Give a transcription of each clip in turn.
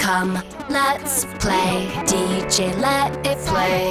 Come, let's play. DJ, let it play.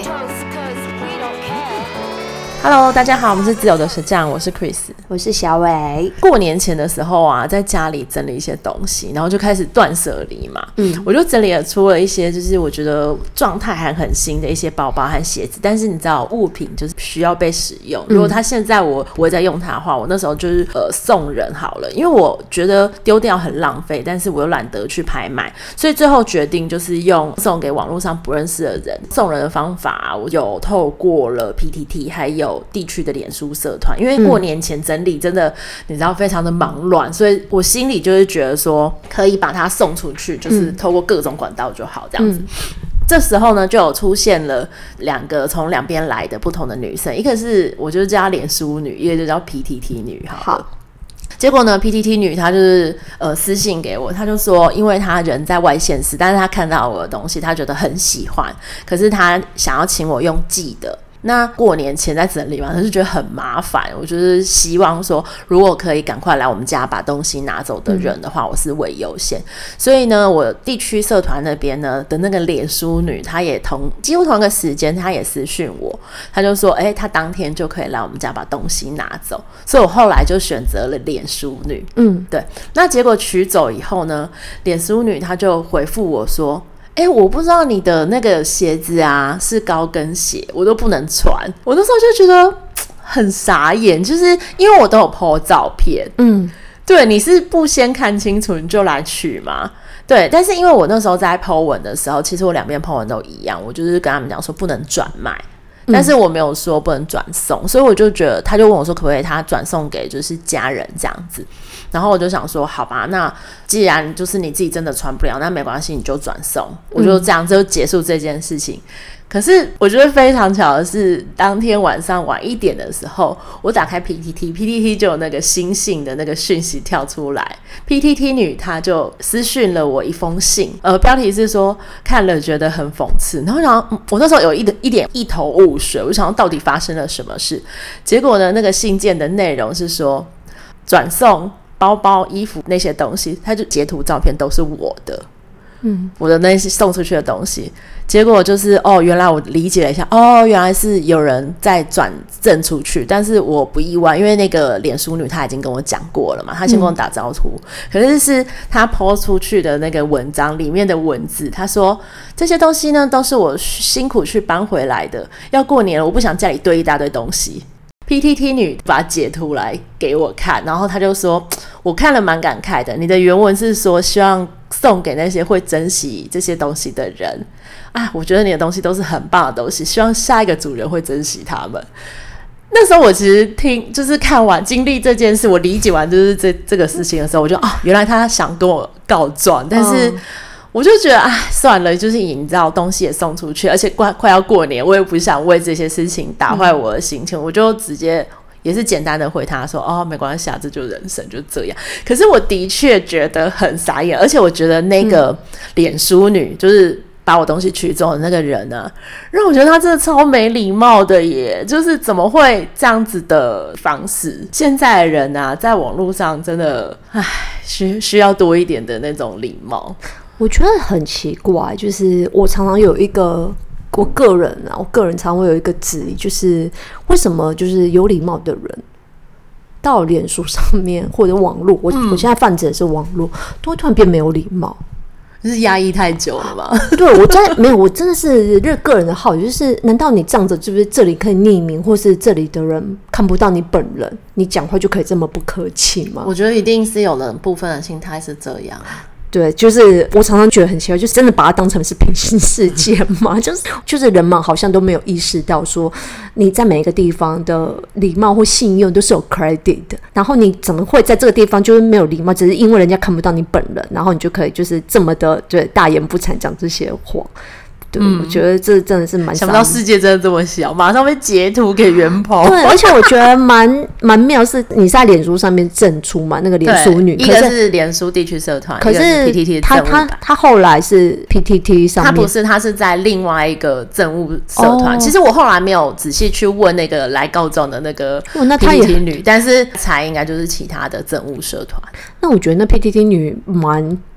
Hello， 大家好，我们是自由的实战，我是 Chris， 我是小伟。 过年前的时候啊，在家里整理一些东西，然后就开始断舍离嘛。我就整理了出了一些，就是我觉得状态还很新的一些包包和鞋子，但是你知道物品就是需要被使用。如果他现在我不会再用它的话，我那时候就是送人好了，因为我觉得丢掉很浪费，但是我又懒得去拍卖，所以最后决定就是用送给网络上不认识的人。送人的方法我有透过了 PTT 还有地区的脸书社团，因为过年前整理真的你知道非常的忙乱，所以我心里就是觉得说可以把它送出去，就是透过各种管道就好这样子。这时候呢，就有出现了两个从两边来的不同的女生，一个是我就叫她脸书女，一个就叫 PTT 女好。结果呢 PTT 女她就是私信给我，她就说因为她人在外县市，但是她看到我的东西她觉得很喜欢，可是她想要请我用寄的。那过年前在整理嘛，就觉得很麻烦。我就是希望说，如果可以赶快来我们家把东西拿走的人的话，我是为优先。所以呢，我地区社团那边呢的那个脸书女，她也几乎同一个时间，她也私讯我，她就说，她当天就可以来我们家把东西拿走。所以我后来就选择了脸书女。对。那结果取走以后呢，脸书女她就回复我说，我不知道你的那个鞋子啊是高跟鞋，我都不能穿。我那时候就觉得很傻眼，就是因为我都有 po 照片，对，你是不先看清楚你就来取吗？对，但是因为我那时候在 po 文的时候，其实我两边 po 文都一样，我就是跟他们讲说不能转卖。但是我没有说不能转送，所以我就觉得他就问我说可不可以他转送给就是家人这样子，然后我就想说好吧，那既然就是你自己真的穿不了，那没关系，你就转送，我就这样就结束这件事情。可是我觉得非常巧的是，当天晚上晚一点的时候，我打开 PTT 就有那个新信的那个讯息跳出来， PTT 女她就私讯了我一封信，标题是说看了觉得很讽刺，然后我那时候有一点一头雾水，我想到底发生了什么事。结果呢，那个信件的内容是说转送包包、衣服那些东西，他就截图照片都是我的。我的那些送出去的东西，结果就是原来我理解了一下，原来是有人在转赠出去，但是我不意外，因为那个脸书女她已经跟我讲过了嘛，她先跟我打招呼，可是她 po 出去的那个文章里面的文字，她说这些东西呢都是我辛苦去搬回来的，要过年了，我不想家里堆一大堆东西。PTT 女把截图来给我看，然后她就说我看了蛮感慨的，你的原文是说希望送给那些会珍惜这些东西的人啊，我觉得你的东西都是很棒的东西，希望下一个主人会珍惜他们。那时候我其实就是看完经历这件事，我理解完就是这个事情的时候，我就原来他想跟我告状，但是我就觉得算了，就是你知道东西也送出去，而且快要过年，我也不想为这些事情打坏我的心情，我就直接也是简单的回他说没关系啊，这就是人生，就这样。可是我的确觉得很傻眼，而且我觉得那个脸书女就是把我东西取走的那个人啊，让我觉得他真的超没礼貌的耶，就是怎么会这样子的方式。现在的人啊，在网络上真的需要多一点的那种礼貌。 我觉得很奇怪，就是我常常有一个我个人常常会有一个质疑，就是为什么就是有礼貌的人到脸书上面或者网络，我现在泛指的是网络，都会突然变没有礼貌， 就是压抑太久了吗？ 对，我真的是个人的好奇，就是难道你这样子就是这里可以匿名，或是这里的人看不到你本人，你讲话就可以这么不客气吗？ 我觉得一定是有人部分的心态是这样。 对，就是我常常觉得很奇怪，就是真的把它当成是平行世界嘛，就是人们好像都没有意识到说你在每一个地方的礼貌或信用都是有 credit 的，然后你怎么会在这个地方就是没有礼貌，只是因为人家看不到你本人，然后你就可以就是这么的大言不惭讲这些话。对，我觉得这真的是蛮想不到世界真的这么小，马上被截图给原 po。 对，而且我觉得蛮妙是，你是在脸书上面正出嘛，那个脸书女， 一个是脸书地区社团， 可是 PTT 他后来是 PTT 上面， 他不是，他是在另外一个政务社团。其实我后来没有仔细去问那个来告状的那个 PTT 女，但是才应该就是其他的政务社团。 那我觉得那 PTT 女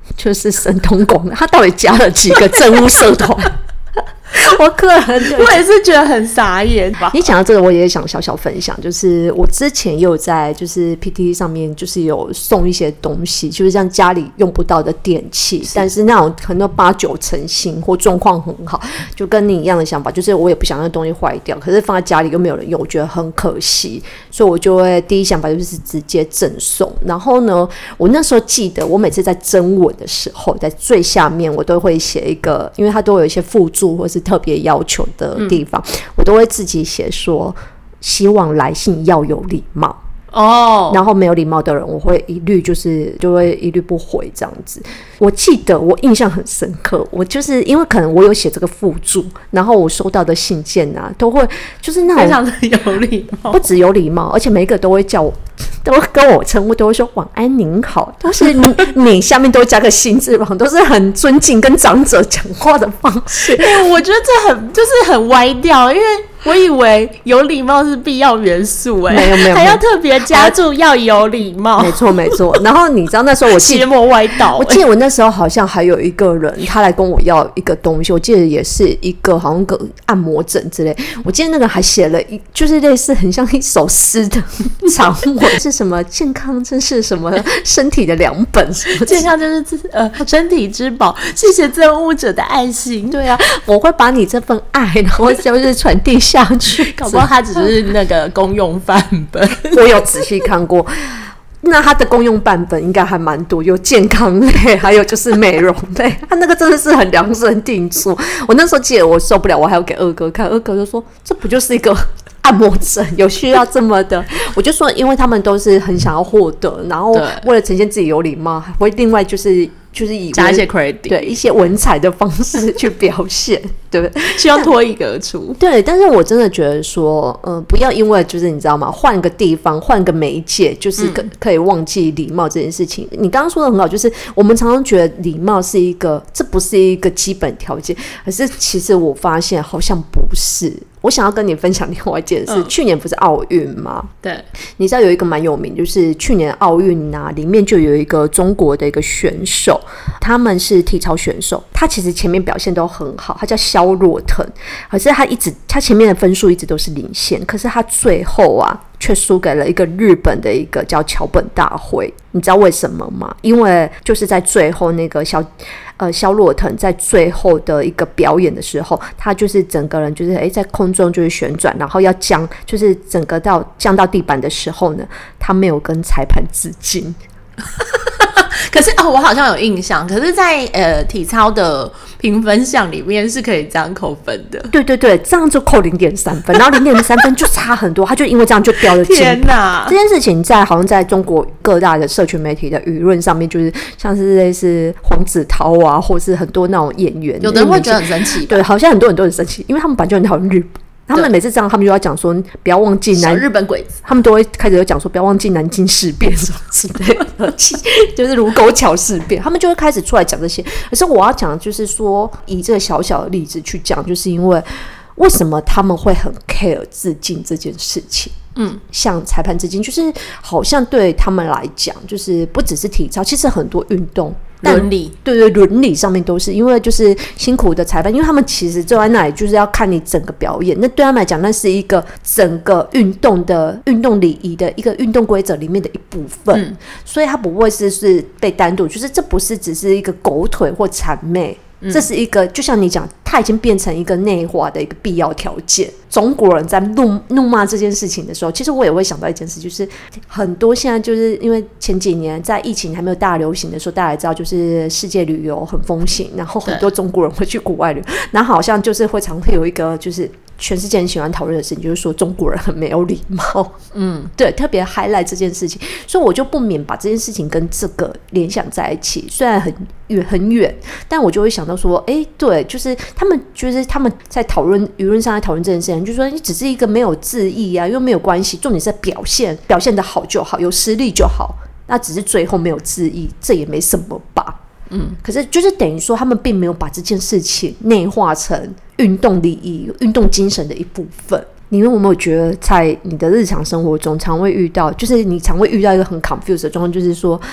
就是神通广大，他到底加了几个政务社团？我个人我也是觉得很傻眼吧。 你讲到这个，我也想小小分享，就是我之前也有在就是 PTT 上面就是有送一些东西，就是像家里用不到的电器，但是那种可能8、9成新或状况很好，就跟你一样的想法，就是我也不想让东西坏掉，可是放在家里又没有人用，我觉得很可惜，所以我就会第一想法就是直接赠送。然后呢，我那时候记得我每次在征文的时候，在最下面我都会写一个，因为它都有一些附注或是特别要求的地方，我都会自己写说希望来信要有礼貌然后没有礼貌的人我会就会一律不回这样子。我记得我印象很深刻，我就是因为可能我有写这个附注，然后我收到的信件啊都会就是那种非常的有礼貌， 不只有礼貌，而且每一个都会叫我，都会跟我称呼，都会说晚安您好，都是你下面都会加个心字旁，都是很尊敬跟长者讲话的方式。 我觉得这就是很歪掉，因为我以为有礼貌是必要元素， 没有还要特别加注要有礼貌， 没错。然后你知道那时候邪魔歪道， 我记得我那时候好像还有一个人，他来跟我要一个东西，我记得也是一个好像个按摩枕之类，我记得那个还写了就是类似很像一首诗的长文，是什么健康真是什么身体的良本， 健康真是身体之宝，谢谢赠物者的爱心。 对啊，我会把你这份爱然后就是传递下去， 搞不好它只是那个公用范本。 我有仔细看过，那它的公用版本应该还蛮多，有健康类，还有就是美容类，它那个真的是很量身定做。我那时候记得我受不了，我还要给二哥看，二哥就说这不就是一个按摩枕，有需要这么的？我就说因为他们都是很想要获得，然后为了呈现自己有礼貌，还会另外就是以加一些 credit， 对一些文采的方式去表现，对不对？ 希望脱颖而出。 对，但是我真的觉得说，不要因为就是你知道吗，换个地方，换个媒介，就是可以忘记礼貌这件事情。你刚刚说的很好，就是我们常常觉得礼貌是这不是一个基本条件，可是其实我发现好像不是。我想要跟你分享另外一件事，去年不是奥运吗？ 对， 你知道有一个蛮有名，就是去年奥运啊，里面就有一个中国的一个选手，他们是体操选手，他其实前面表现都很好，他叫肖若腾，可是他前面的分数一直都是领先，可是他最后啊却输给了一个日本的一个叫桥本大辉。你知道为什么吗？因为就是在最后那个肖若腾在最后的一个表演的时候，他就是整个人就是在空中就是旋转，然后要就是整个降到地板的时候呢，他没有跟裁判致敬。 可是我好像有印象，可是在体操的评分项里面是可以这样扣分的。 对，这样就扣 0.3 分，然后 0.3 分就差很多，他就因为这样就掉了金牌。 天哪！ 这件事情好像在中国各大的社群媒体的舆论上面，就是像是类似黄子韬啊，或是很多那种演员， 有的人会觉得很生气。 对，好像很多人都很生气，因为他们本来就很讨厌日本。他们每次这样，他们就要讲说不要忘记日本鬼子， 他们都会开始有讲说不要忘记南京事变什么之类的，就是卢沟桥事变，他们就会开始出来讲这些。可是我要讲的就是说，以这个小小的例子去讲，就是因为为什么他们会很 care 致敬这件事情。向裁判致敬，就是好像对他们来讲，就是不只是体操，其实很多运动伦理， 对，伦理上面都是，因为就是辛苦的裁判，因为他们其实坐在那里就是要看你整个表演，那对他们来讲，那是一个整个运动礼仪的一个运动规则里面的一部分，所以他不会是被单独，就是这不是只是一个狗腿或谄媚。这是一个，就像你讲，它已经变成一个内化的一个必要条件。中国人在怒骂这件事情的时候，其实我也会想到一件事，就是很多现在就是因为前几年在疫情还没有大流行的时候，大家也知道就是世界旅游很风行，然后很多中国人会去国外旅游，然后好像就是常会有一个就是全世界很喜欢讨论的事情，就是说中国人很没有礼貌。对，特别 highlight 这件事情，所以我就不免把这件事情跟这个联想在一起，虽然很远，但我就会想到说，对，就是他们在讨论舆论上在讨论这件事情，就是说你只是一个没有字义啊，又没有关系，重点是表现的好就好，有实力就好，那只是最后没有字义，这也没什么吧。可是就是等于说，他们并没有把这件事情内化成运动礼仪、运动精神的一部分。你有没有觉得，在你的日常生活中，你常会遇到一个很 confused 的状况，就是说，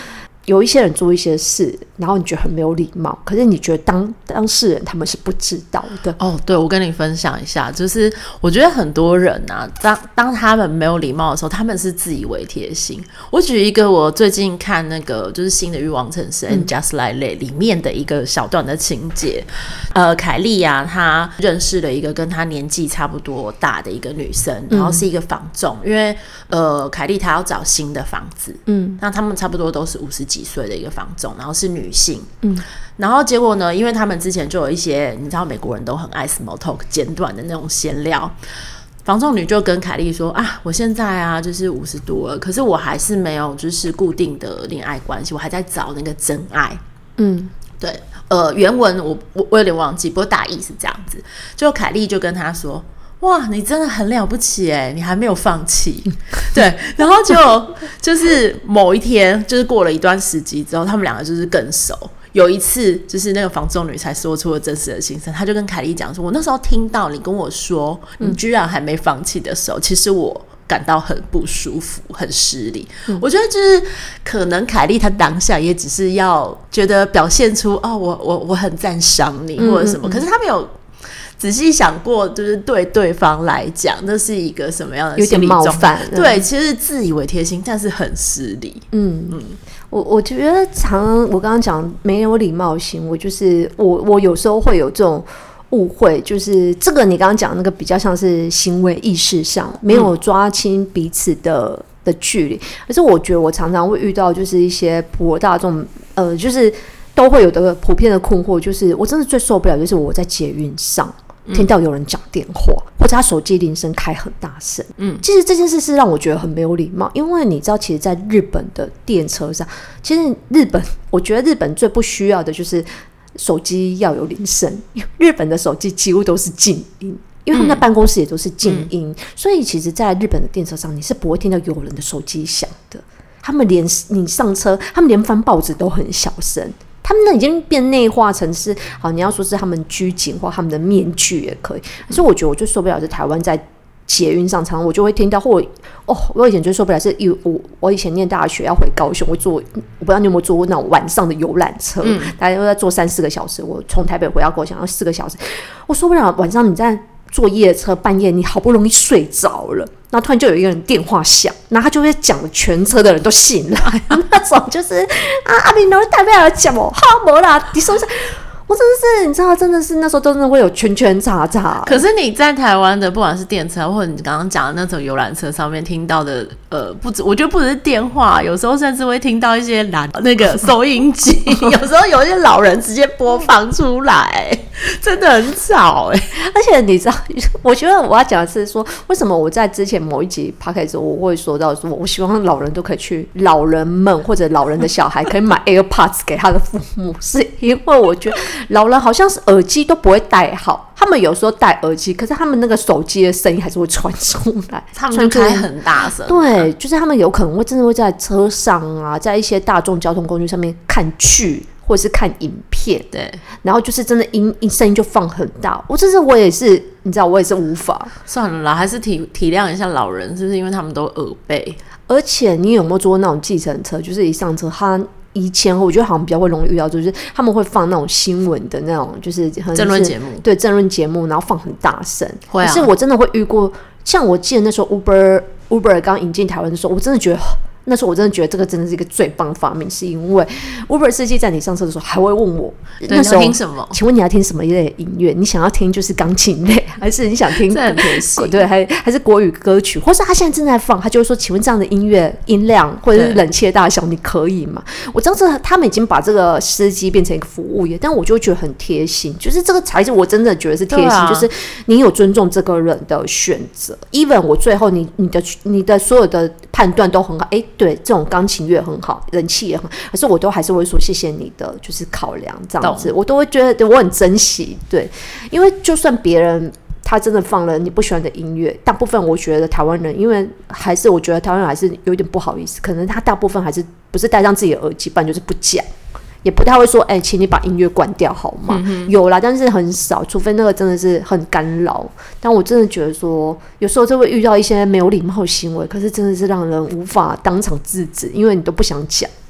有一些人做一些事，然后你觉得很没有礼貌，可是你觉得当事人他们是不知道的。 哦，对，我跟你分享一下，就是我觉得很多人啊，当他们没有礼貌的时候，他们是自以为贴心。我举一个我最近看那个就是新的欲望城市 And Just Like That 里面的一个小段的情节。凯莉啊，她认识了一个跟她年纪差不多大的一个女生，然后是一个房仲，因为凯莉她要找新的房子，那他们差不多都是50几岁的一个房仲，然后是女性，然后结果呢，因为他们之前就有一些，你知道美国人都很爱 small talk 简短的那种闲聊，房仲女就跟凯莉说啊，我现在啊就是50多了，可是我还是没有就是固定的恋爱关系，我还在找那个真爱。对，原文我有点忘记，不过大意是这样子。就凯莉就跟他说，哇，你真的很了不起耶，你还没有放弃。对，然后就是某一天，就是过了一段时机之后，他们两个就是更熟。有一次，就是那个房仲女才说出了真实的心声，她就跟凯莉讲说，我那时候听到你跟我说你居然还没放弃的时候，其实我感到很不舒服，很失礼。我觉得就是可能凯莉她当下也只是要觉得表现出哦，我很赞赏你或者什么，可是她没有仔细想过，就是对对方来讲，那是一个什么样的心理状态？有点冒犯。对，其实自以为贴心，但是很失礼。 我觉得我刚刚讲没有礼貌行为，就是我有时候会有这种误会，就是这个你刚刚讲那个比较像是行为意识上没有抓清彼此的距离，可是我觉得我常常会遇到就是一些普罗大众就是都会有的普遍的困惑，就是我真的最受不了就是我在捷运上听到有人讲电话，或者他手机铃声开很大声。其实这件事是让我觉得很没有礼貌，因为你知道，其实，在日本的电车上，其实我觉得日本最不需要的就是手机要有铃声，因为日本的手机几乎都是静音。因为他们在办公室也都是静音，所以其实在日本的电车上你是不会听到有人的手机响的。他们连你上车，他们连翻报纸都很小声。他们那已经变内化成是好，你要说是他们拘谨或他们的面具也可以。可是我觉得我最受不了是台湾在捷运上，常常我就会听到，我以前最受不了是我以前念大学要回高雄，我不知道你有没有坐过那种晚上的游览车，大家都在坐3-4个小时。我从台北回到高雄要4个小时，我受不了。晚上你在坐夜车，半夜你好不容易睡着了，然后突然就有一个人电话响，然后他就会讲的全车的人都醒来，那种就是阿明都代表来讲哦，哈没啦，你说一下。我真的是，你知道，真的是那时候真的会有圈圈叉叉。 可是你在台湾的，不管是电车或者你刚刚讲的那种游览车上面听到的，我觉得不只是电话，有时候甚至会听到一些那个收音机，有时候有一些老人直接播放出来，真的很吵而且你知道，我觉得我要讲的是说，为什么我在之前某一集 podcast 我会说到说，我希望老人都可以去，老人们或者老人的小孩可以买 AirPods 给他的父母，是因为我觉得。老人好像是耳机都不会戴好，他们有时候戴耳机，可是他们那个手机的声音还是会传出来， 他们就开很大声。 对，就是他们有可能会真的会在车上啊，在一些大众交通工具上面看剧或者是看影片， 对， 然后就是真的声音就放很大。我也是，你知道，我也是无法。 算了啦，还是体谅一下老人，是不是因为他们都耳背？ 而且你有没有坐过那种计程车？就是一上车，以前我觉得好像比较会容易遇到，就是他们会放那种新闻的那种，就是政论节目， 对，政论节目，然后放很大声。 会啊， 可是我真的会遇过，像我记得那时候 Uber 刚引进台湾的时候，我真的觉得。那时候我真的觉得这个真的是一个最棒的发明，是因为 Uber 司机在你上车的时候还会问我，那时候听什么？ 请问你要听什么一类的音乐？你想要听就是钢琴类，还是你想听？ 这很贴心， 对，还是国语歌曲，或是他现在正在放，他就会说，请问这样的音乐音量或者是冷气的大小，你可以吗？我知道他们已经把这个司机变成一个服务业，但我就觉得很贴心，就是这个才是我真的觉得是贴心，就是你有尊重这个人的选择。even 我最后你的所有的判断都很好，对，这种钢琴乐很好，人气也很好，可是我都还是会说谢谢你的就是考量，这样子我都会觉得我很珍惜。对，因为就算别人他真的放了你不喜欢的音乐，大部分我觉得台湾人，因为还是我觉得台湾人还是有点不好意思，可能他大部分还是不是戴上自己的耳机，不然就是不讲，也不太会说请你把音乐关掉好吗？有啦，但是很少，除非那个真的是很干扰。但我真的觉得说，有时候就会遇到一些没有礼貌的行为，可是真的是让人无法当场制止，因为你都不想讲。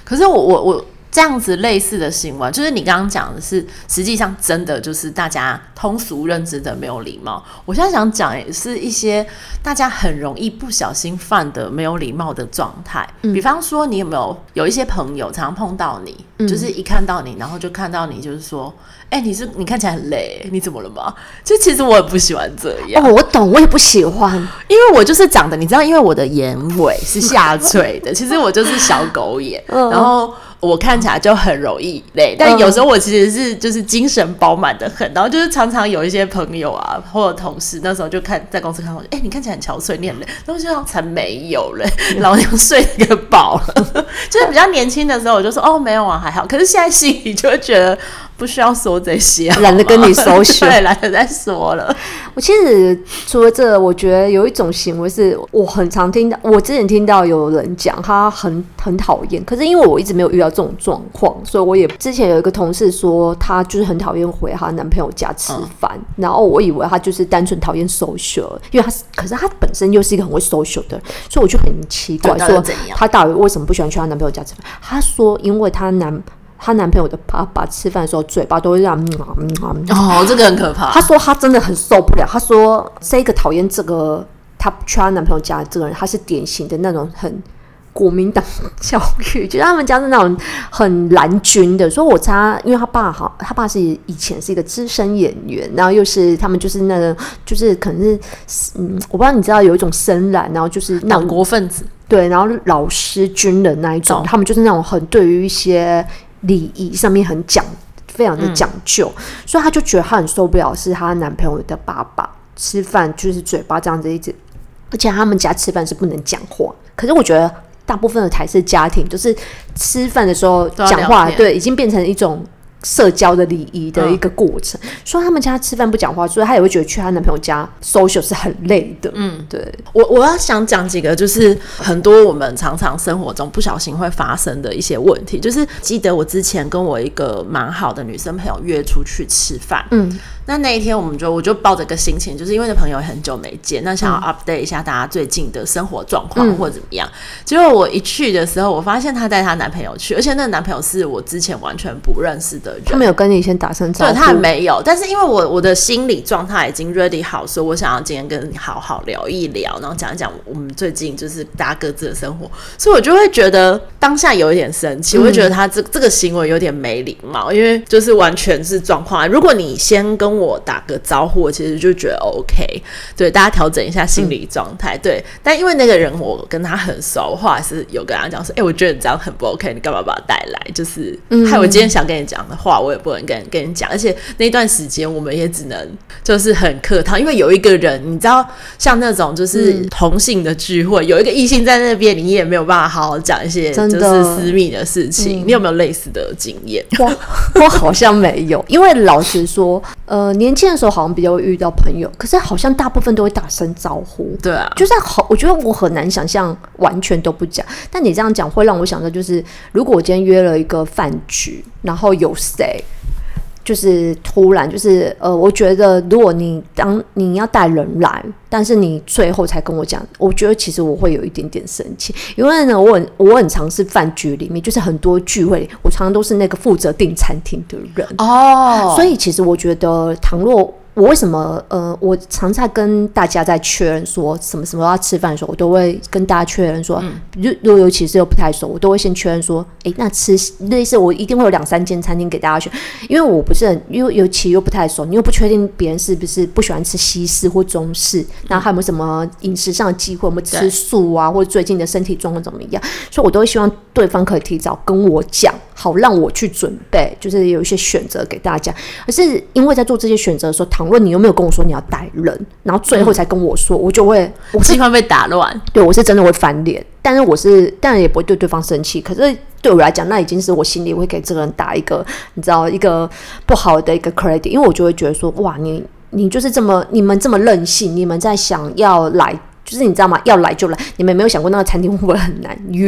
可是我这样子类似的行为，就是你刚刚讲的是，实际上真的就是大家通俗认知的没有礼貌。我现在想讲也是一些大家很容易不小心犯的没有礼貌的状态。比方说，你有一些朋友常常碰到你，就是一看到你，然后就看到你，就是说，你看起来很累，你怎么了吗？就其实我也不喜欢这样。 我懂，我也不喜欢， 因为我就是长得，你知道，因为我的眼尾是下垂的，其实我就是小狗眼，然后我看起来就很容易累，但有时候我其实是就是精神饱满的很，然后就是常常有一些朋友啊或者同事那时候就在公司看我，你看起来很憔悴，你很累，然后就想才没有嘞，老娘睡个饱了。就是比较年轻的时候我就说没有啊还好，可是现在心里就会觉得不需要说这些， 懒得跟你social， 对，懒得再说了。 我其实除了这，我觉得有一种行为是我很常听到，我之前听到有人讲他很讨厌，可是因为我一直没有遇到这种状况，所以我也之前有一个同事说她就是很讨厌回她男朋友家吃饭，然后我以为她就是单纯讨厌 social， 因为可是她本身又是一个很会 social 的人，所以我就很奇怪说她到底为什么不喜欢去她男朋友家吃饭？她说因为她男朋友的爸爸吃饭的时候嘴巴都会这样这个很可怕。 她说她真的很受不了，她说这个讨厌这个她去她男朋友家的这个人，她是典型的那种很国民党教育，就是他们家是那种很蓝军的。所以我猜，因为他爸是以前是一个资深演员，然后又是他们就是那个就是可能是我不知道你知道有一种深蓝，然后就是那种党国分子， 对，然后老师军人那一种，他们就是那种很对于一些礼仪上面非常的讲究，所以他就觉得他很受不了，是她男朋友的爸爸吃饭就是嘴巴这样子一直，而且他们家吃饭是不能讲话。可是我觉得大部分的台式家庭就是吃饭的时候讲话，对，已经变成一种社交的礼仪的一个过程。说他们家吃饭不讲话，所以她也会觉得去她男朋友家 social 是很累的。对， 我要想讲几个，就是很多我们常常生活中不小心会发生的一些问题。就是记得我之前跟我一个蛮好的女生朋友约出去吃饭，那一天我就抱着个心情，就是因为那朋友很久没见，那想要 update 一下大家最近的生活状况或者怎么样。结果我一去的时候，我发现她带她男朋友去，而且那个男朋友是我之前完全不认识的人。 他没有跟你先打声招呼？ 对，他还没有。但是因为我的心理状态已经 ready 好，所以我想要今天跟你好好聊一聊，然后讲一讲我们最近就是大家各自的生活，所以我就会觉得当下有一点生气，我会觉得他这个行为有点没礼貌，因为就是完全是状况。如果你先跟我打个招呼，我其实就觉得 OK， 对，大家调整一下心理状态，对。但因为那个人我跟他很熟，我后来是有跟他讲说，我觉得你这样很不 OK， 你干嘛把他带来？就是害我今天想跟你讲的话，我也不能跟你讲。而且那段时间我们也只能就是很客套，因为有一个人，你知道，像那种就是同性的聚会，有一个异性在那边，你也没有办法好好讲一些就是私密的事情。你有没有类似的经验？ 我好像没有，因为老实说，年轻的时候好像比较会遇到朋友，可是好像大部分都会打声招呼。 对啊， 就是我觉得我很难想象完全都不讲。但你这样讲会让我想到，就是如果我今天约了一个饭局，然后有谁就是突然就是我觉得如果你要带人来，但是你最后才跟我讲，我觉得其实我会有一点点生气。因为呢我很常是饭局里面，就是很多聚会我常常都是那个负责订餐厅的人所以其实我觉得倘若我为什么我常在跟大家在确认说什么时候要吃饭的时候，我都会跟大家确认说，如果尤其是又不太熟，我都会先确认说，那吃类似我一定会有2-3间餐厅给大家选，因为我不是因为尤其又不太熟，你又不确定别人是不是不喜欢吃西式或中式，然后还有没有什么饮食上的机会，有没有吃素啊，或者最近的身体状况怎么样，所以我都会希望对方可以提早跟我讲，好让我去准备，就是有一些选择给大家。可是因为在做这些选择的时候，倘若你有没有跟我说你要带人，然后最后才跟我说，我就会计划被打乱。 对，我是真的会翻脸，但是当然也不会对对方生气。可是对我来讲，那已经是我心里会给这个人打一个，你知道，一个不好的一个 credit， 因为我就会觉得说，哇，你就是你们这么任性，你们在想要来，就是你知道吗？要来就来，你们没有想过那个餐厅会不会很难约？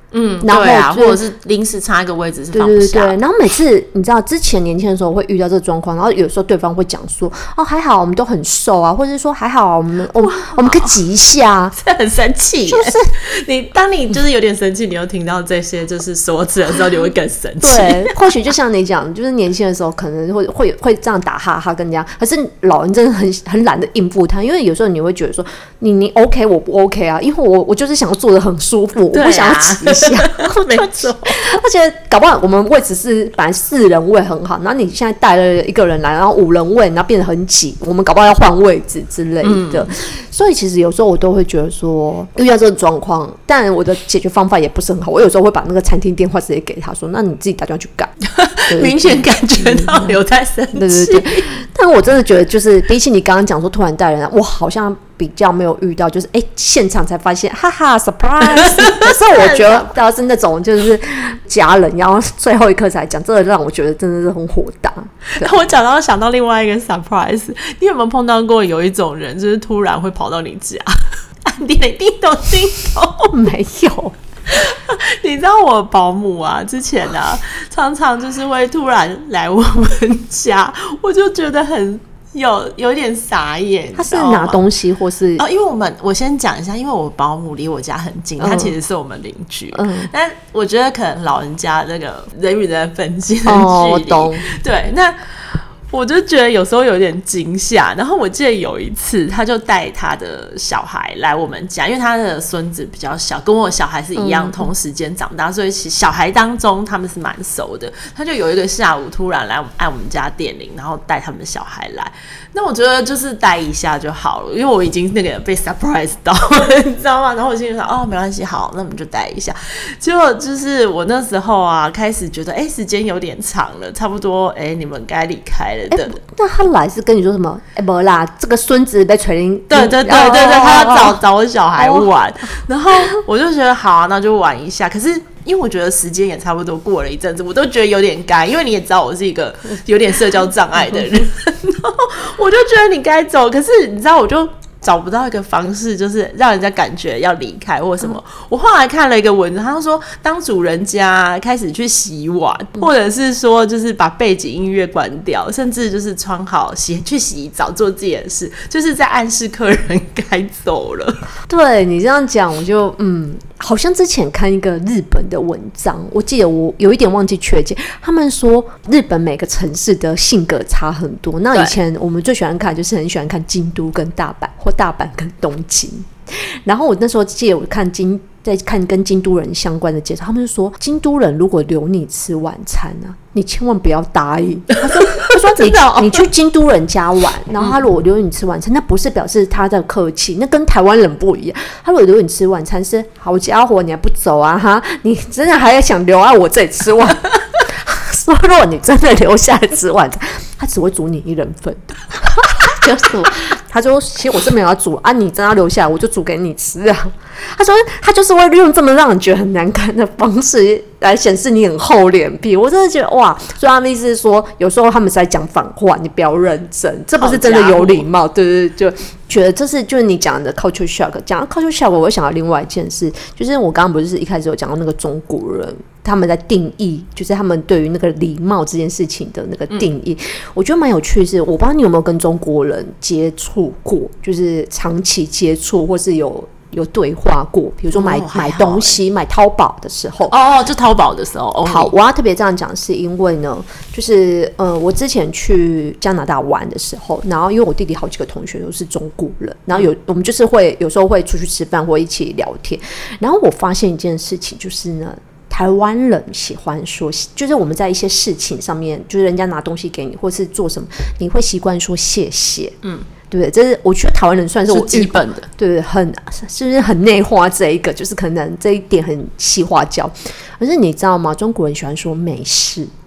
然后对啊，或者是临时插一个位置是放不下。 对，然后每次你知道之前年轻的时候会遇到这个状况，然后有时候对方会讲说还好我们都很瘦啊，或者是说还好我们可以挤一下， 这很生气。就是当你就是有点生气，你又听到这些就是说辞的时候，你会更生气。 对，或许就像你讲，就是年轻的时候可能会这样打哈哈跟人家，可是老人真的很懒得应付他，因为有时候你会觉得说你 OK 我不 OK 啊，因为我就是想要坐得很舒服，我不想要挤一下。 没错， 而且搞不好我们位置是本来4人位很好，然后你现在带了一个人来，然后5人位，然后变得很挤，我们搞不好要换位置之类的。所以其实有时候我都会觉得说，遇到这个状况，但我的解决方法也不是很好。我有时候会把那个餐厅电话直接给他说，那你自己打电话去改。 明显感觉到有在生气。 对，但我真的觉得就是比起你刚刚讲说突然带人来，我好像比较没有遇到，就是现场才发现哈哈 surprise。可是我觉得要是那种就是家人，然后最后一刻才讲，这让我觉得真的是很火大。 我想到另外一个 surprise， 你有没有碰到过有一种人，就是突然会跑到你家，按叮咚叮咚？没有。你知道我保姆啊，之前啊，常常就是会突然来我们家，我就觉得很有点傻眼。 他是拿东西或是因为我先讲一下，因为我保姆离我家很近，他其实是我们邻居。但我觉得可能老人家那个人与人分心的距离， 我懂。 对，那我就觉得有时候有点惊吓。然后我记得有一次，他就带他的小孩来我们家，因为他的孙子比较小，跟我小孩是一样同时间长大，所以其实小孩当中他们是蛮熟的。他就有一个下午突然来按我们家电铃，然后带他们的小孩来。那我觉得就是待一下就好了，因为我已经那个被 surprise 到了，你知道吗？然后我心里想，没关系，好，那我们就待一下。结果就是我那时候啊，开始觉得，时间有点长了，差不多，你们该离开了的。 那他来是跟你说什么？没啦，这个孙子被锤铃。 对，他要找我小孩玩，然后我就觉得好啊，那就玩一下。可是因为我觉得时间也差不多过了一阵子，我都觉得有点该，因为你也知道我是一个有点社交障碍的人，然后我就觉得你该走，可是你知道我就找不到一个方式，就是让人家感觉要离开或什么。我后来看了一个文章，他说当主人家开始去洗碗，或者是说就是把背景音乐关掉，甚至就是穿好去洗澡做自己的事，就是在暗示客人该走了。 对，你这样讲，我就好像之前看一个日本的文章，我记得我有一点忘记确切，他们说日本每个城市的性格差很多。那以前我们最喜欢看就是很喜欢看京都跟大阪，或大阪跟东京。然后我那时候记得我在看跟京都人相关的介绍，他们就说京都人如果留你吃晚餐啊，你千万不要答应。他说你去京都人家玩，然后他如果留你吃晚餐，那不是表示他的客气，那跟台湾人不一样。他如果留你吃晚餐是好家伙，你还不走啊哈？你真的还想留在我这里吃晚？说如果你真的留下来吃晚餐，他只会煮你1人份。就是他说其实我是没有要煮啊，你真的要留下来我就煮给你吃啊。他说他就是会用这么让人觉得很难看的方式来显示你很厚脸皮。我真的觉得哇，所以他们意思是说有时候他们是在讲反话，你不要认真，这不是真的有礼貌。对，就觉得这是就是你讲的 culture shock。 讲到 culture shock 我会想到另外一件事，就是我刚刚不是一开始有讲到那个中国人他们在定义，就是他们对于那个礼貌这件事情的那个定义，我觉得蛮有趣的是，我不知道你有没有跟中国人接触过，就是长期接触或是有对话过，比如说买东西，买淘宝的时候。 就淘宝的时候。 好，我要特别这样讲，是因为呢，就是我之前去加拿大玩的时候，然后因为我弟弟好几个同学都是中国人，然后我们就是有时候会出去吃饭或一起聊天，然后我发现一件事情，就是呢，台湾人喜欢说，就是我们在一些事情上面，就是人家拿东西给你，或是做什么，你会习惯说谢谢。对不对？这是我觉得台湾人算是我基本的， 对，是不是很内化这一个？就是可能这一点很细化教。可是你知道吗？中国人喜欢说没事。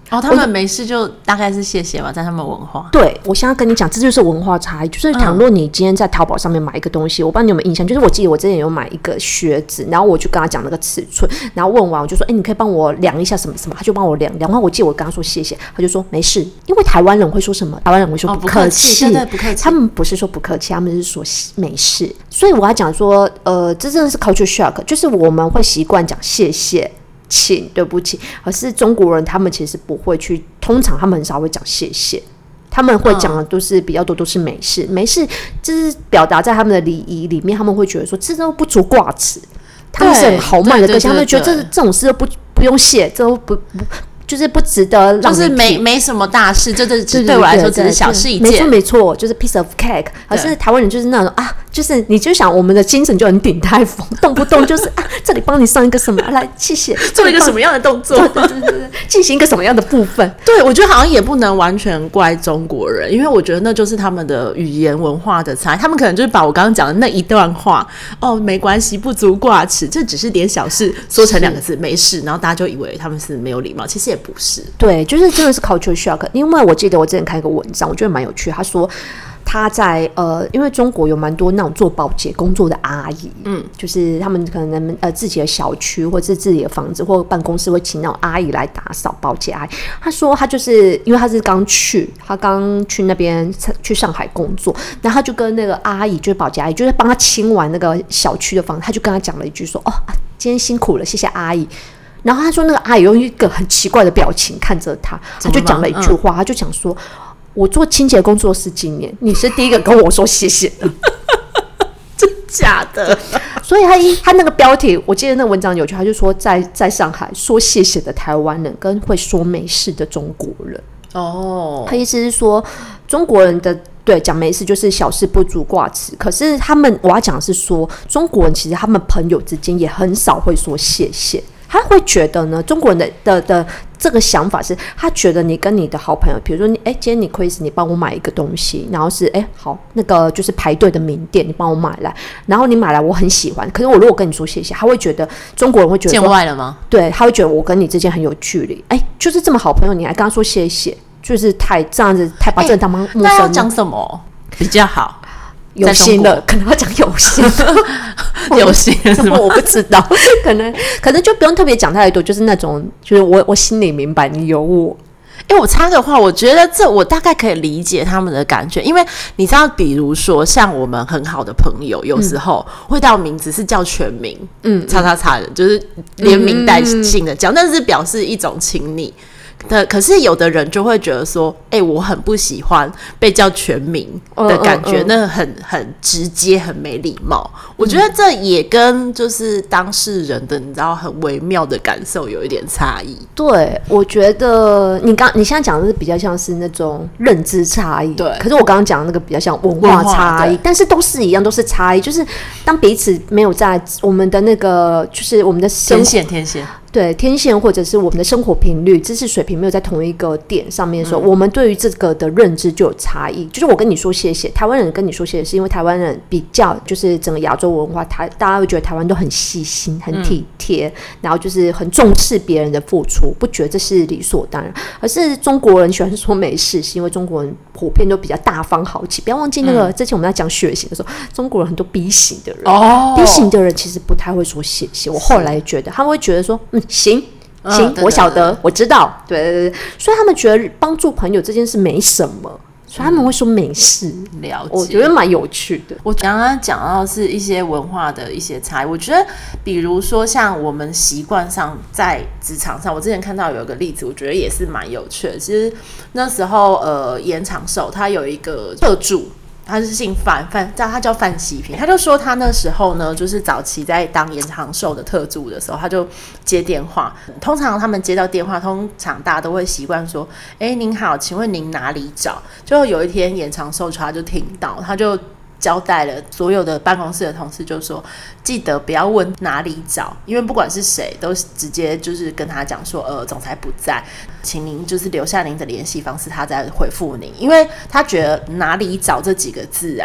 哦，他们没事就大概是谢谢嘛，在他们文化。 对，我现在跟你讲，这就是文化差异。就是倘若你今天在淘宝上面买一个东西，我不知道你有没有印象，就是我记得我之前有买一个靴子，然后我就跟他讲那个尺寸，然后问完我就说，你可以帮我量一下什么什么，他就帮我量，然后我记得我跟他说谢谢，他就说没事，因为台湾人会说什么？台湾人会说不客气， 对，不客气。 他们不是说不客气，他们是说没事。所以我要讲说，这真的是 culture shock， 就是我们会习惯讲谢谢。请对不起，而是中国人他们其实不会去，通常他们很少会讲谢谢，他们会讲的都是比较多都是没事，没事，就是表达在他们的礼仪里面，他们会觉得说这都不足挂齿，他们是很豪迈的个性，他们觉得这种事都不用谢，这都不就是不值得让就是没什么大事，这对我来说只是小事一件， 没错，就是 piece of cake。可是台湾人就是那种啊，就是你就想我们的精神就很鼎泰丰，动不动就是啊，这里帮你上一个什么，来谢谢， 做一个什么样的动作， 对，进行一个什么样的部分。 对，我觉得好像也不能完全怪中国人，因为我觉得那就是他们的语言文化的差异，他们可能就是把我刚刚讲的那一段话，没关系，不足挂齿，这只是点小事，说成2个字没事，然后大家就以为他们是没有礼貌，其实也不是。 对，就是真的是 culture shock。因为我记得我之前看一个文章，我觉得蛮有趣。他说他在因为中国有蛮多那种做保洁工作的阿姨，就是他们可能自己的小区或者是自己的房子或办公室会请那种阿姨来打扫，保洁阿姨。他说他就是因为他是刚去那边去上海工作，然后他就跟那个阿姨就是保洁阿姨，就是帮他清完那个小区的房子，他就跟他讲了一句说今天辛苦了，谢谢阿姨。然后他说那个阿姨用一个很奇怪的表情看着他，他就讲了一句话，他就讲说我做清洁工作10几年，你是第一个跟我说谢谢的。 真假的？ 所以他那个标题，我记得那个文章有趣，他就说在上海说谢谢的台湾人跟会说没事的中国人。他意思是说中国人的对讲没事就是小事不足挂齿，可是我要讲的是说中国人其实他们朋友之间也很少会说谢谢。他会觉得呢，中国人的这个想法是，他觉得你跟你的好朋友，比如说今天你 Chris 你帮我买一个东西，然后是好那个就是排队的名店，你帮我买来，然后你买来我很喜欢，可是我如果跟你说谢谢，他会觉得中国人会觉得见外了吗？ 对，他会觉得我跟你之间很有距离，就是这么好朋友，你还跟他说谢谢，就是这样子太把这人当陌生人。 那要讲什么比较好？ 有心的可能要讲有心的有心的是吗？ 我不知道，可能就不用特别讲太多，就是那种就是我心里明白你有我。 我插个话，我觉得我大概可以理解他们的感觉，因为你知道，比如说像我们很好的朋友，有时候会到名字是叫全名，叉叉叉的，就是连名带姓的叫，那是表示一种亲昵。可是有的人就会觉得说，我很不喜欢被叫全名的感觉，那很直接，很没礼貌。我觉得这也跟就是当事人的你知道很微妙的感受有一点差异。 对，我觉得你现在讲的是比较像是那种认知差异， 对。 可是我刚刚讲的那个比较像文化差异，但是都是一样，都是差异。就是当彼此没有在我们的那个，就是我们的天线。 对天线或者是我们的生活频率、知识水平没有在同一个点上面的时候，我们对于这个的认知就有差异。就是我跟你说谢谢，台湾人跟你说谢谢，是因为台湾人比较就是整个亚洲文化，大家会觉得台湾都很细心、很体贴，然后就是很重视别人的付出，不觉得这是理所当然。而是中国人喜欢说没事，是因为中国人普遍都比较大方豪气。不要忘记那个之前我们在讲血型的时候，中国人很多 B 型的人，B 型的人其实不太会说谢谢。我后来觉得他们会觉得说行，我晓得，我知道，对，所以他们觉得帮助朋友这件事没什么，所以他们会说没事。 了解， 我觉得蛮有趣的。 我刚刚讲到是一些文化的一些差异，我觉得比如说像我们习惯上在职场上，我之前看到有一个例子，我觉得也是蛮有趣的。其实那时候延长寿他有一个特助。他是姓范，他叫范希平。他就说他那时候呢，就是早期在当延长寿的特助的时候，他就接电话。通常他们接到电话，通常大家都会习惯说：“您好，请问您哪里找？”就有一天延长寿他就听到，他就交代了所有的办公室的同事，就说记得不要问哪里找，因为不管是谁都直接就是跟他讲说，总裁不在，请您就是留下您的联系方式，他再回复您。因为他觉得哪里找这几个字啊，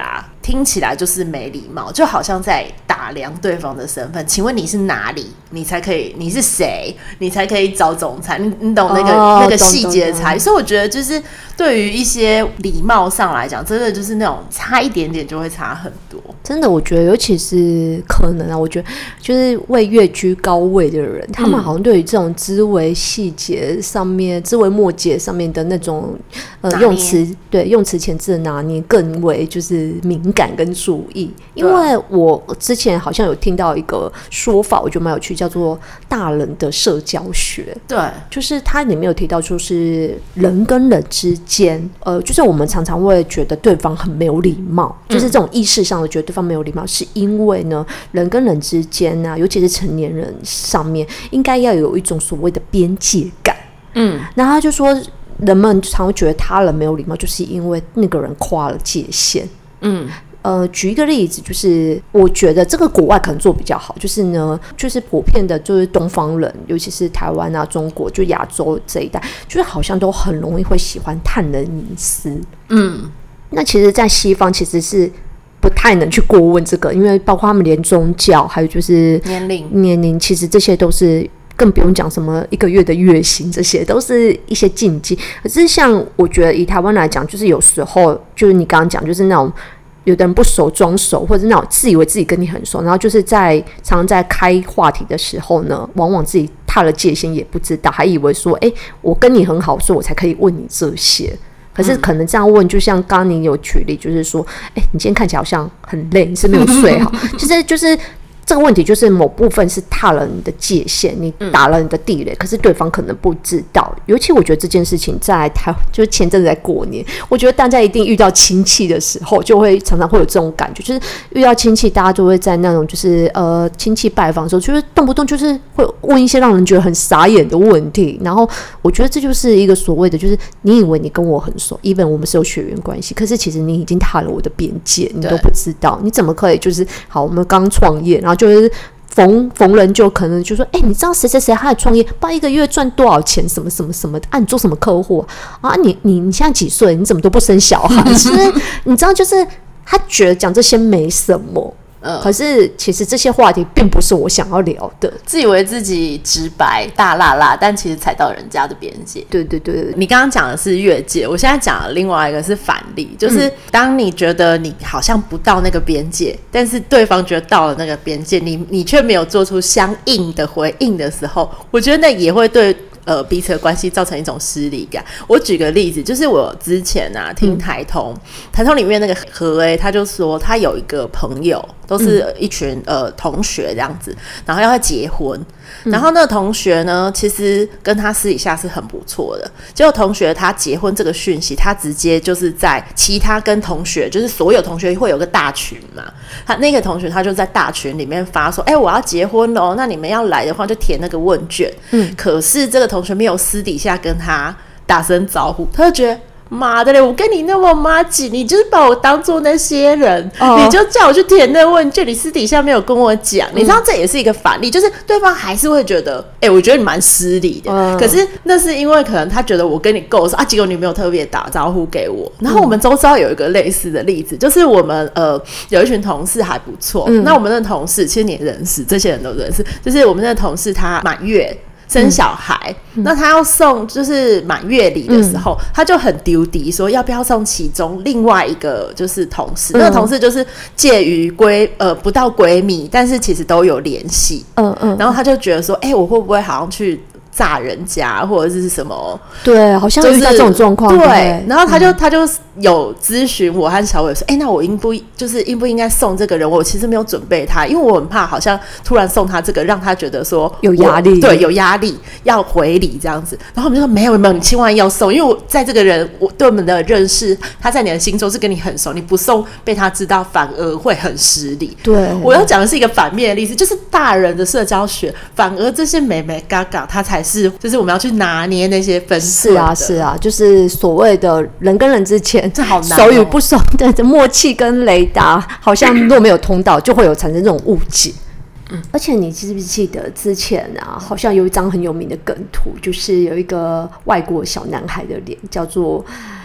听起来就是没礼貌，就好像在打量对方的身份。请问你是哪里？你才可以？你是谁？你才可以找总裁？你懂那个细节的差异。所以我觉得就是对于一些礼貌上来讲，真的就是那种差一点点就会差很多。 真的，我觉得尤其是可能啊，我觉得就是位越居高位的人，他们好像对于这种枝微细节上面、枝微末节上面的那种用词遣字的拿捏更为就是敏感跟注意。因为我之前好像有听到一个说法，我觉得蛮有趣，叫做大人的社交学。 对， 就是它里面有提到，就是人跟人之间，就是我们常常会觉得对方很没有礼貌，就是这种意识上的觉得对方没有礼貌，是因为呢，人跟人之间啊，尤其是成年人上面，应该要有一种所谓的边界感。然后他就说，人们常会觉得他人没有礼貌，就是因为那个人跨了界限。举一个例子，就是我觉得这个国外可能做比较好，就是呢，就是普遍的，就是东方人，尤其是台湾啊、中国，就亚洲这一带，就是好像都很容易会喜欢探人隐私。那其实，在西方其实是不太能去过问这个，因为包括他们连宗教，还有就是年龄，其实这些都是。更不用讲什么1个月的月薪，这些都是一些禁忌。可是像我觉得以台湾来讲，就是有时候就是你刚刚讲，就是那种有的人不熟装熟，或者是那种自以为自己跟你很熟，然后就是常常在开话题的时候呢，往往自己踏了界限也不知道，还以为说，我跟你很好，所以我才可以问你这些。可是可能这样问，就像刚刚你有举例，就是说，你今天看起来好像很累，你是没有睡好，其实就是。这个问题就是某部分是踏了你的界限，你打了你的地雷，可是对方可能不知道。尤其我觉得这件事情在就是前阵子在过年，我觉得大家一定遇到亲戚的时候，就会常常会有这种感觉，就是遇到亲戚，大家就会在那种就是亲戚拜访的时候，就是动不动就是会问一些让人觉得很傻眼的问题。然后我觉得这就是一个所谓的，就是你以为你跟我很熟 ，even 我们是有血缘关系，可是其实你已经踏了我的边界，你都不知道，你怎么可以就是好，我们刚创业，然后就是逢人就可能就说，你知道谁谁谁他的创业，不知道1个月赚多少钱，什么什么什么的，你做什么客户啊？你现在几岁？你怎么都不生小孩？其实你知道，就是他觉得讲这些没什么。可是其实这些话题并不是我想要聊的， 自以为自己直白大辣辣，但其实踩到人家的边界。 对， 你刚刚讲的是越界，我现在讲的另外一个是反例，就是当你觉得你好像不到那个边界，但是对方觉得到了那个边界，你却没有做出相应的回应的时候，我觉得那也会对彼此的关系造成一种失礼感。我举个例子，就是我之前听台通里面那个何 A， 他就说他有一个朋友，都是一群同学这样子，然后要结婚，然后那个同学呢，其实跟他私底下是很不错的。结果同学他结婚这个讯息，他直接就是在其他跟同学，就是所有同学会有个大群嘛，他那个同学他就在大群里面发说，我要结婚了，那你们要来的话就填那个问卷。可是这个同学没有私底下跟他打声招呼，他就觉得妈的嘞，我跟你那么麻吉，你就是把我当做那些人，你就叫我去填那问卷，你私底下没有跟我讲，你知道这也是一个反例，就是对方还是会觉得，我觉得你蛮失礼的。可是那是因为可能他觉得我跟你够熟结果你没有特别打招呼给我。然后我们周遭有一个类似的例子，就是我们有一群同事还不错，那我们的同事其实你也认识，这些人都认识，就是我们的同事他满月生小孩，那他要送就是满月礼的时候，他就很丢敌说要不要送其中另外一个就是同事，那个同事就是介于不到闺蜜，但是其实都有联系，然后他就觉得说，我会不会好像去炸人家或者是什么？ 对，好像遇到这种状况。 对，然后他就有咨询我和小伟说，那我应不应该送这个人？我其实没有准备他，因为我很怕好像突然送他这个，让他觉得说有压力， 对，有压力要回礼这样子。然后我们就说没有，你千万要送，因为我在这个人我对我们的认识，他在你的心中是跟你很熟，你不送被他知道反而会很失礼。 对， 我要讲的是一个反面的例子，就是大人的社交学，反而这些美眉嘎嘎，他才是就是我们要去拿捏那些分寸的。 是啊，就是所谓的人跟人之间， 这好难熟与不熟的默契跟雷达，好像若没有通到，就会有产生这种误解。而且你记不记得之前啊，好像有一张很有名的梗图，就是有一个外国小男孩的脸，叫做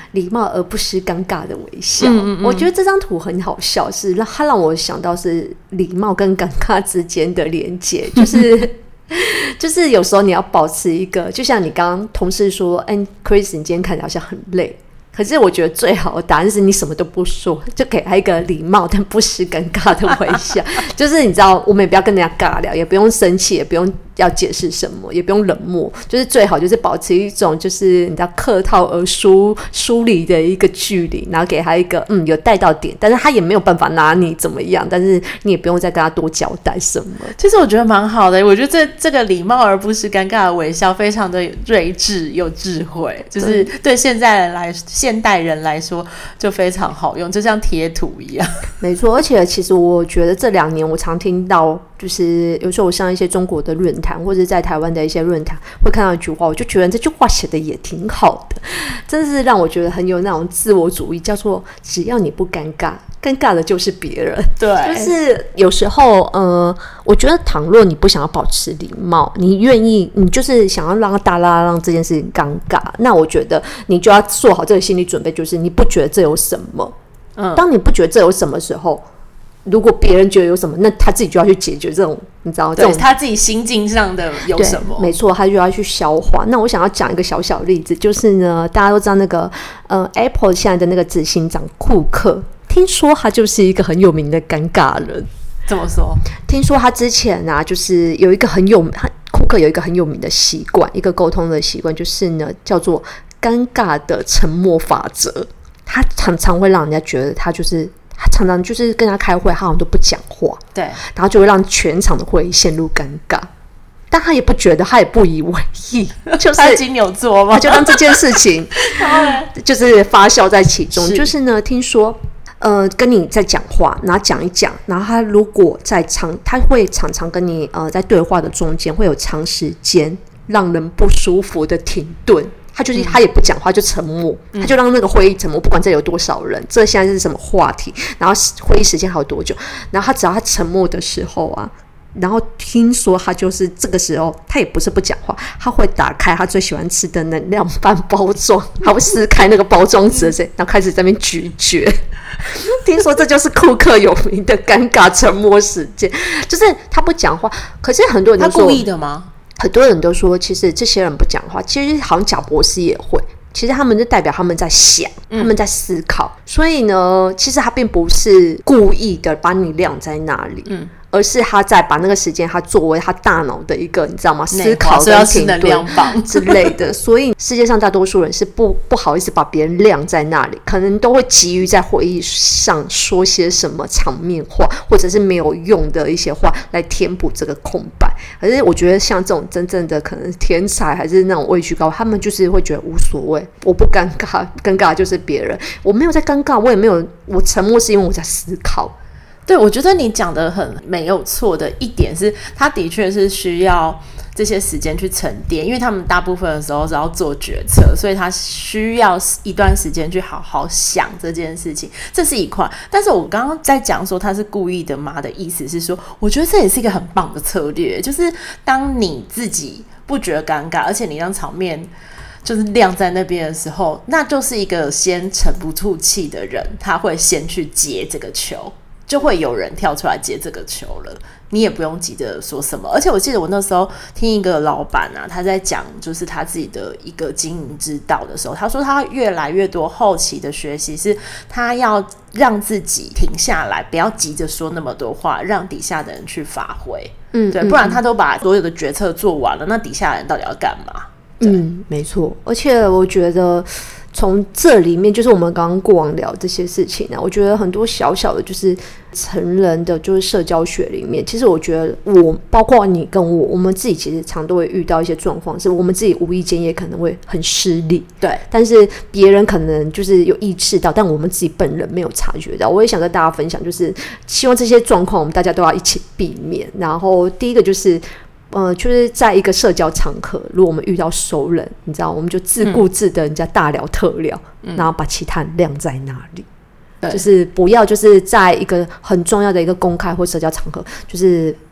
礼貌而不失尴尬的微笑。我觉得这张图很好笑，是它让我想到是礼貌跟尴尬之间的连结，就是有时候你要保持一个，就像你刚刚同事说，Chris 你今天看起来好像很累，可是我觉得最好的答案是你什么都不说，就给他一个礼貌但不失尴尬的微笑。就是你知道，我们也不要跟人家尬聊，也不用生气，也不用要解释什么，也不用冷漠，就是最好就是保持一种就是你知道客套而疏离的一个距离，然后给他一个有带到点，但是他也没有办法拿你怎么样，但是你也不用再跟他多交代什么。 其实我觉得蛮好的，我觉得这个礼貌而不失尴尬的微笑非常的睿智有智慧，就是对现代人来说就非常好用，就像贴图一样。 没错，而且其实我觉得这2年我常听到，就是有时候我上一些中国的论坛或者在台湾的一些论坛会看到一句话，我就觉得这句话写的也挺好的，真是让我觉得很有那种自我主义，叫做只要你不尴尬，尴尬的就是别人。 对， 就是有时候我觉得倘若你不想要保持礼貌，你愿意，你就是想要让这件事情尴尬，那我觉得你就要做好这个心理准备，就是你不觉得这有什么。当你不觉得这有什么时候，如果别人觉得有什么，那他自己就要去解决这种，你知道，这种他自己心境上的有什么？ 没错，他就要去消化。那我想要讲一个小例子，就是呢，大家都知道那个Apple 现在的那个执行长库克，听说他就是一个很有名的尴尬人。 怎么说？ 听说他之前啊，就是有一个库克有一个很有名的习惯，一个沟通的习惯，就是呢叫做尴尬的沉默法则。他常常会让人家觉得他常常就是跟他开会，他好像都不讲话，对，然后就会让全场的会议陷入尴尬。但他也不觉得，他也不以为意，就是他金牛座吗？ 他就让这件事情就是发酵在其中。就是呢，听说跟你在讲话，然后讲一讲，然后他如果他会常常跟你在对话的中间会有长时间让人不舒服的停顿。他也不讲话，就沉默，他就让那个会议沉默，不管这有多少人，这现在是什么话题，然后会议时间还有多久，然后只要他沉默的时候啊，然后听说他就是这个时候，他也不是不讲话，他会打开他最喜欢吃的能量棒包装，他会撕开那个包装纸，然后开始在那边咀嚼。听说这就是库克有名的尴尬沉默时间，就是他不讲话，可是很多人都说他故意的吗？ 很多人都说，其实这些人不讲话，其实好像贾博士也会。其实他们就代表他们在想，他们在思考。所以呢，其实他并不是故意的把你晾在那里，而是他在把那个时间，他作为他大脑的一个，你知道吗？思考跟停顿之类的。所以世界上大多数人是不好意思把别人晾在那里，可能都会急于在会议上说些什么场面话，或者是没有用的一些话来填补这个空白。可是我觉得像这种真正的可能天才还是那种位居高，他们就是会觉得无所谓，我不尴尬，尴尬就是别人，我没有在尴尬，我也没有，我沉默是因为我在思考。 对，我觉得你讲的很没有错的一点是，他的确是需要这些时间去沉淀，因为他们大部分的时候是要做决策，所以他需要一段时间去好好想这件事情，这是一块。但是我刚刚在讲说他是故意的嘛的意思是说，我觉得这也是一个很棒的策略，就是当你自己不觉得尴尬，而且你让场面就是晾在那边的时候，那就是一个先沉不住气的人，他会先去接这个球，就会有人跳出来接这个球了，你也不用急着说什么。而且我记得我那时候听一个老板啊，他在讲就是他自己的一个经营之道的时候，他说他越来越多后期的学习是他要让自己停下来，不要急着说那么多话，让底下的人去发挥。对，不然他都把所有的决策做完了，那底下的人到底要干嘛？ 没错。而且我觉得从这里面，就是我们刚刚过往聊这些事情啊，我觉得很多小小的，就是成人的，就是社交学里面，其实我觉得包括你跟我们自己，其实常都会遇到一些状况，是我们自己无意间也可能会很失礼，对，但是别人可能就是有意识到，但我们自己本人没有察觉到。我也想跟大家分享，就是希望这些状况我们大家都要一起避免。然后第一个就是就是在一个社交场合，如果我们遇到熟人，你知道，我们就自顾自的人家大聊特聊，然后把其他人晾在那里，就是不要就是在一个很重要的一个公开或社交场合，就是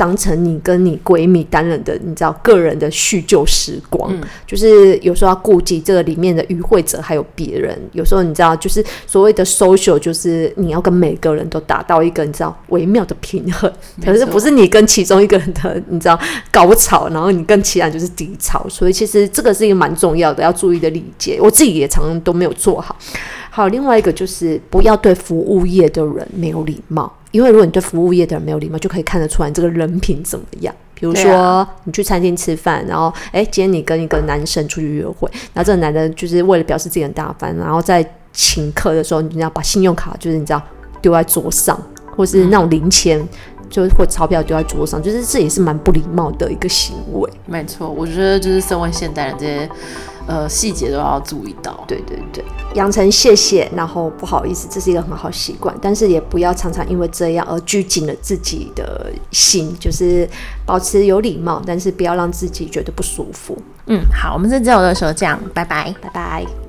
当成你跟你闺蜜单人的你知道个人的叙旧时光，就是有时候要顾及这个里面的与会者还有别人，有时候你知道就是所谓的 social 就是你要跟每个人都达到一个你知道微妙的平衡，可是不是你跟其中一个人的你知道高潮，然后你跟其他人就是低潮，所以其实这个是一个蛮重要的要注意的理解，我自己也常常都没有做好。好，另外一个就是不要对服务业的人没有礼貌，因为如果你对服务业的人没有礼貌，就可以看得出来你这个人品怎么样。比如说你去餐厅吃饭，然后今天你跟一个男生出去约会，然后这个男的就是为了表示自己很大方，然后在请客的时候你要把信用卡就是你知道丢在桌上，或是那种零钱就或钞票丢在桌上，就是这也是蛮不礼貌的一个行为。 没错，我觉得就是身为现代人，这些细节都要注意到。 对对对，养成谢谢然后不好意思，这是一个很好习惯，但是也不要常常因为这样而拘谨了自己的心，就是保持有礼貌，但是不要让自己觉得不舒服。 好，我们这集有的时候这样，拜拜， 拜拜。